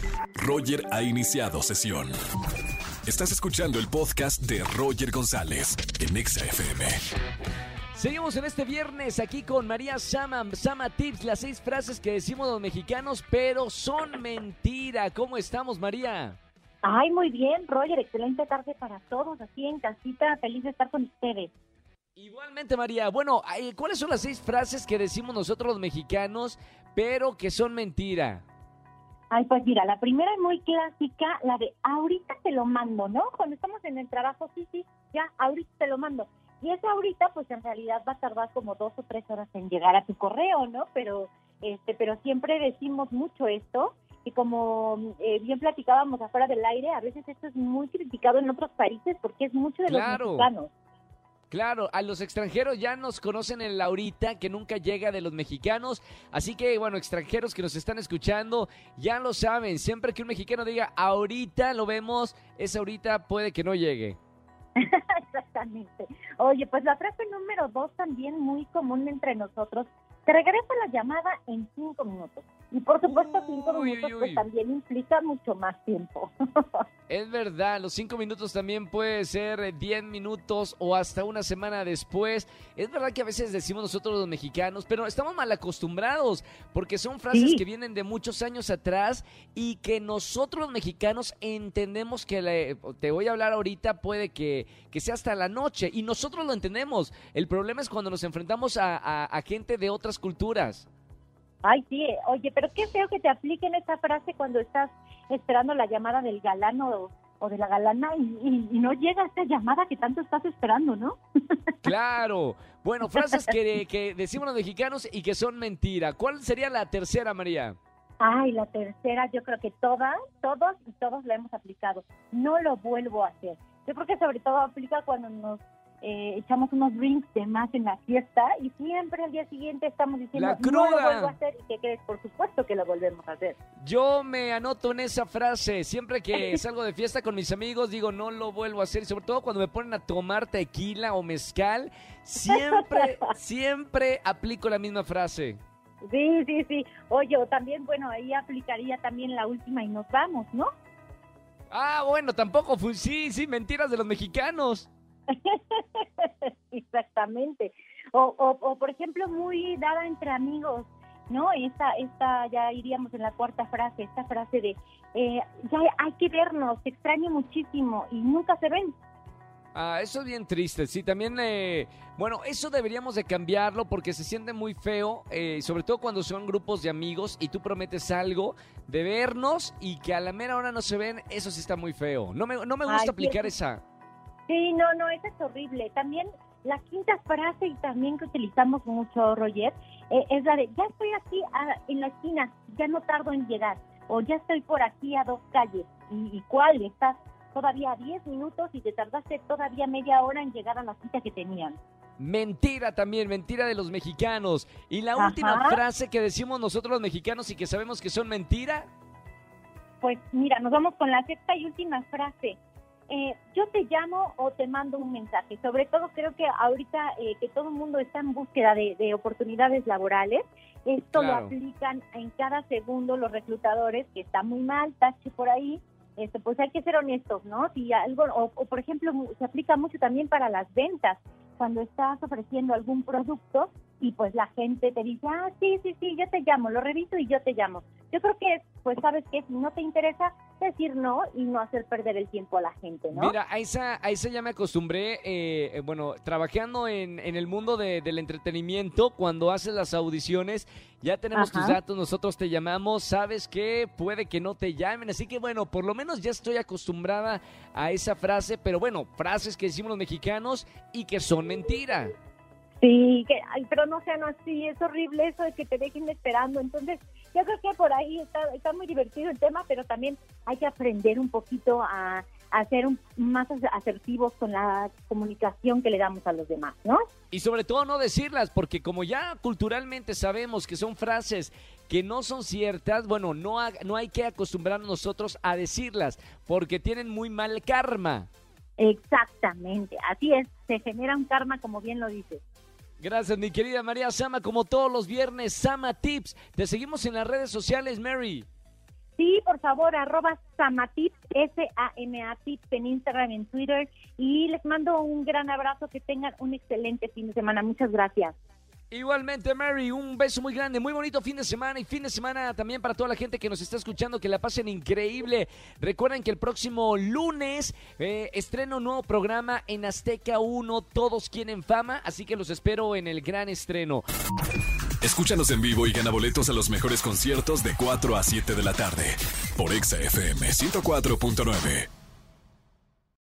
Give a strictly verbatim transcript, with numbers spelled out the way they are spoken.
Roger ha iniciado sesión. Estás escuchando el podcast de Roger González en Exa F M. Seguimos en este viernes aquí con María Sama, Sama Tips, las seis frases que decimos los mexicanos, pero son mentira. ¿Cómo estamos, María? Ay, muy bien, Roger, excelente tarde para todos, aquí en casita, feliz de estar con ustedes. Igualmente, María. Bueno, ¿cuáles son las seis frases que decimos nosotros los mexicanos, pero que son mentira? Ay, pues mira, la primera es muy clásica, la de ahorita te lo mando, ¿no? Cuando estamos en el trabajo, sí, sí, ya, ahorita te lo mando. Y esa ahorita, pues en realidad va a tardar como dos o tres horas en llegar a tu correo, ¿no? Pero, este, pero siempre decimos mucho esto, y como eh, bien platicábamos afuera del aire, a veces esto es muy criticado en otros países porque es mucho de Claro. los mexicanos. Claro, a los extranjeros ya nos conocen el ahorita, que nunca llega de los mexicanos, así que, bueno, extranjeros que nos están escuchando, ya lo saben, siempre que un mexicano diga ahorita lo vemos, ese ahorita puede que no llegue. Exactamente. Oye, pues la frase número dos también muy común entre nosotros, te regresa la llamada en cinco minutos. Y por supuesto, cinco Uy, minutos uy, uy. pues también implica mucho más tiempo. Es verdad, los cinco minutos también puede ser eh, diez minutos o hasta una semana después. Es verdad que a veces decimos nosotros los mexicanos, pero estamos mal acostumbrados porque son frases Sí. que vienen de muchos años atrás y que nosotros los mexicanos entendemos que, le- te voy a hablar ahorita, puede que, que sea hasta la noche y nosotros lo entendemos. El problema es cuando nos enfrentamos a, a- a gente de otras culturas. Ay, sí, eh, oye, pero qué feo que te apliquen esa frase cuando estás esperando la llamada del galán o, o de la galana y, y- y no llega esta llamada que tanto estás esperando, ¿no? Claro. Bueno, frases que, que decimos los mexicanos y que son mentira. ¿Cuál sería la tercera, María? Ay, la tercera, yo creo que todas, todos y todos la hemos aplicado. No lo vuelvo a hacer. Yo creo que sobre todo aplica cuando nos eh, echamos unos drinks de más en la fiesta y siempre al día siguiente estamos diciendo, La no lo cruda. vuelvo a hacer, y que crees, por supuesto que lo volvemos a hacer. Yo me anoto en esa frase. Siempre que salgo de fiesta con mis amigos, digo, no lo vuelvo a hacer. Y sobre todo cuando me ponen a tomar tequila o mezcal, siempre, siempre aplico la misma frase. Sí, sí, sí. Oye, o también, bueno, ahí aplicaría también la última y nos vamos, ¿no? Ah, bueno, tampoco fue. Sí, sí, mentiras de los mexicanos. Exactamente. O, o, o, por ejemplo, muy dada entre amigos, ¿no? Esta, esta ya iríamos en la cuarta frase, esta frase de, eh, ya hay que vernos, te extraño muchísimo y nunca se ven. Ah, eso es bien triste, sí, también, eh, bueno, eso deberíamos de cambiarlo porque se siente muy feo, eh, sobre todo cuando son grupos de amigos y tú prometes algo de vernos y que a la mera hora no se ven, eso sí está muy feo. No me, no me gusta Ay, aplicar sí. esa. Sí, no, no, esa es horrible. También la quinta frase y también que utilizamos mucho, Roger, eh, es la de, ya estoy aquí a- en la esquina, ya no tardo en llegar, o ya estoy por aquí a dos calles. ¿Y, y cuál? Estás todavía a diez minutos y te tardaste todavía media hora en llegar a la cita que tenían. Mentira también, mentira de los mexicanos. Y la Ajá. última frase que decimos nosotros los mexicanos y que sabemos que son mentira. Pues mira, nos vamos con la sexta y última frase. Eh, yo te llamo o te mando un mensaje. Sobre todo creo que ahorita eh, que todo el mundo está en búsqueda de, de oportunidades laborales, esto Claro. lo aplican en cada segundo los reclutadores, que está muy mal, tache por ahí. Este, pues hay que ser honestos, ¿no? Si algo, o, o por ejemplo, mu- se aplica mucho también para las ventas, cuando estás ofreciendo algún producto y pues la gente te dice, ah, sí, sí, sí, yo te llamo, lo reviso y yo te llamo. Yo creo que, pues, ¿sabes qué? Si no te interesa, decir no y no hacer perder el tiempo a la gente, ¿no? Mira, a esa, a esa ya me acostumbré, eh, eh, bueno, trabajando en, en el mundo de- del entretenimiento, cuando haces las audiciones, ya tenemos Ajá. tus datos, nosotros te llamamos, sabes que puede que no te llamen, así que bueno, por lo menos ya estoy acostumbrada a esa frase, pero bueno, frases que decimos los mexicanos y que son mentira. Sí, que, ay, pero no sean así, es horrible eso de que te dejen esperando. Entonces, yo creo que por ahí está, está muy divertido el tema, pero también hay que aprender un poquito a, a ser un, más asertivos con la comunicación que le damos a los demás, ¿no? Y sobre todo no decirlas, porque como ya culturalmente sabemos que son frases que no son ciertas, bueno, no, ha- no hay que acostumbrarnos nosotros a decirlas, porque tienen muy mal karma. Exactamente, así es, se genera un karma, como bien lo dices. Gracias, mi querida María Sama, como todos los viernes, Sama Tips. Te seguimos en las redes sociales, Mary. Sí, por favor, arroba Samatips, S A M A Tips en Instagram, en Twitter. Y les mando un gran abrazo, que tengan un excelente fin de semana. Muchas gracias. Igualmente, Mary, un beso muy grande, muy bonito fin de semana y fin de semana también para toda la gente que nos está escuchando, que la pasen increíble. Recuerden que el próximo lunes eh, estreno un nuevo programa en Azteca uno, Todos Quieren Fama, así que los espero en el gran estreno. Escúchanos en vivo y gana boletos a los mejores conciertos de cuatro a siete de la tarde por Exa F M ciento cuatro punto nueve.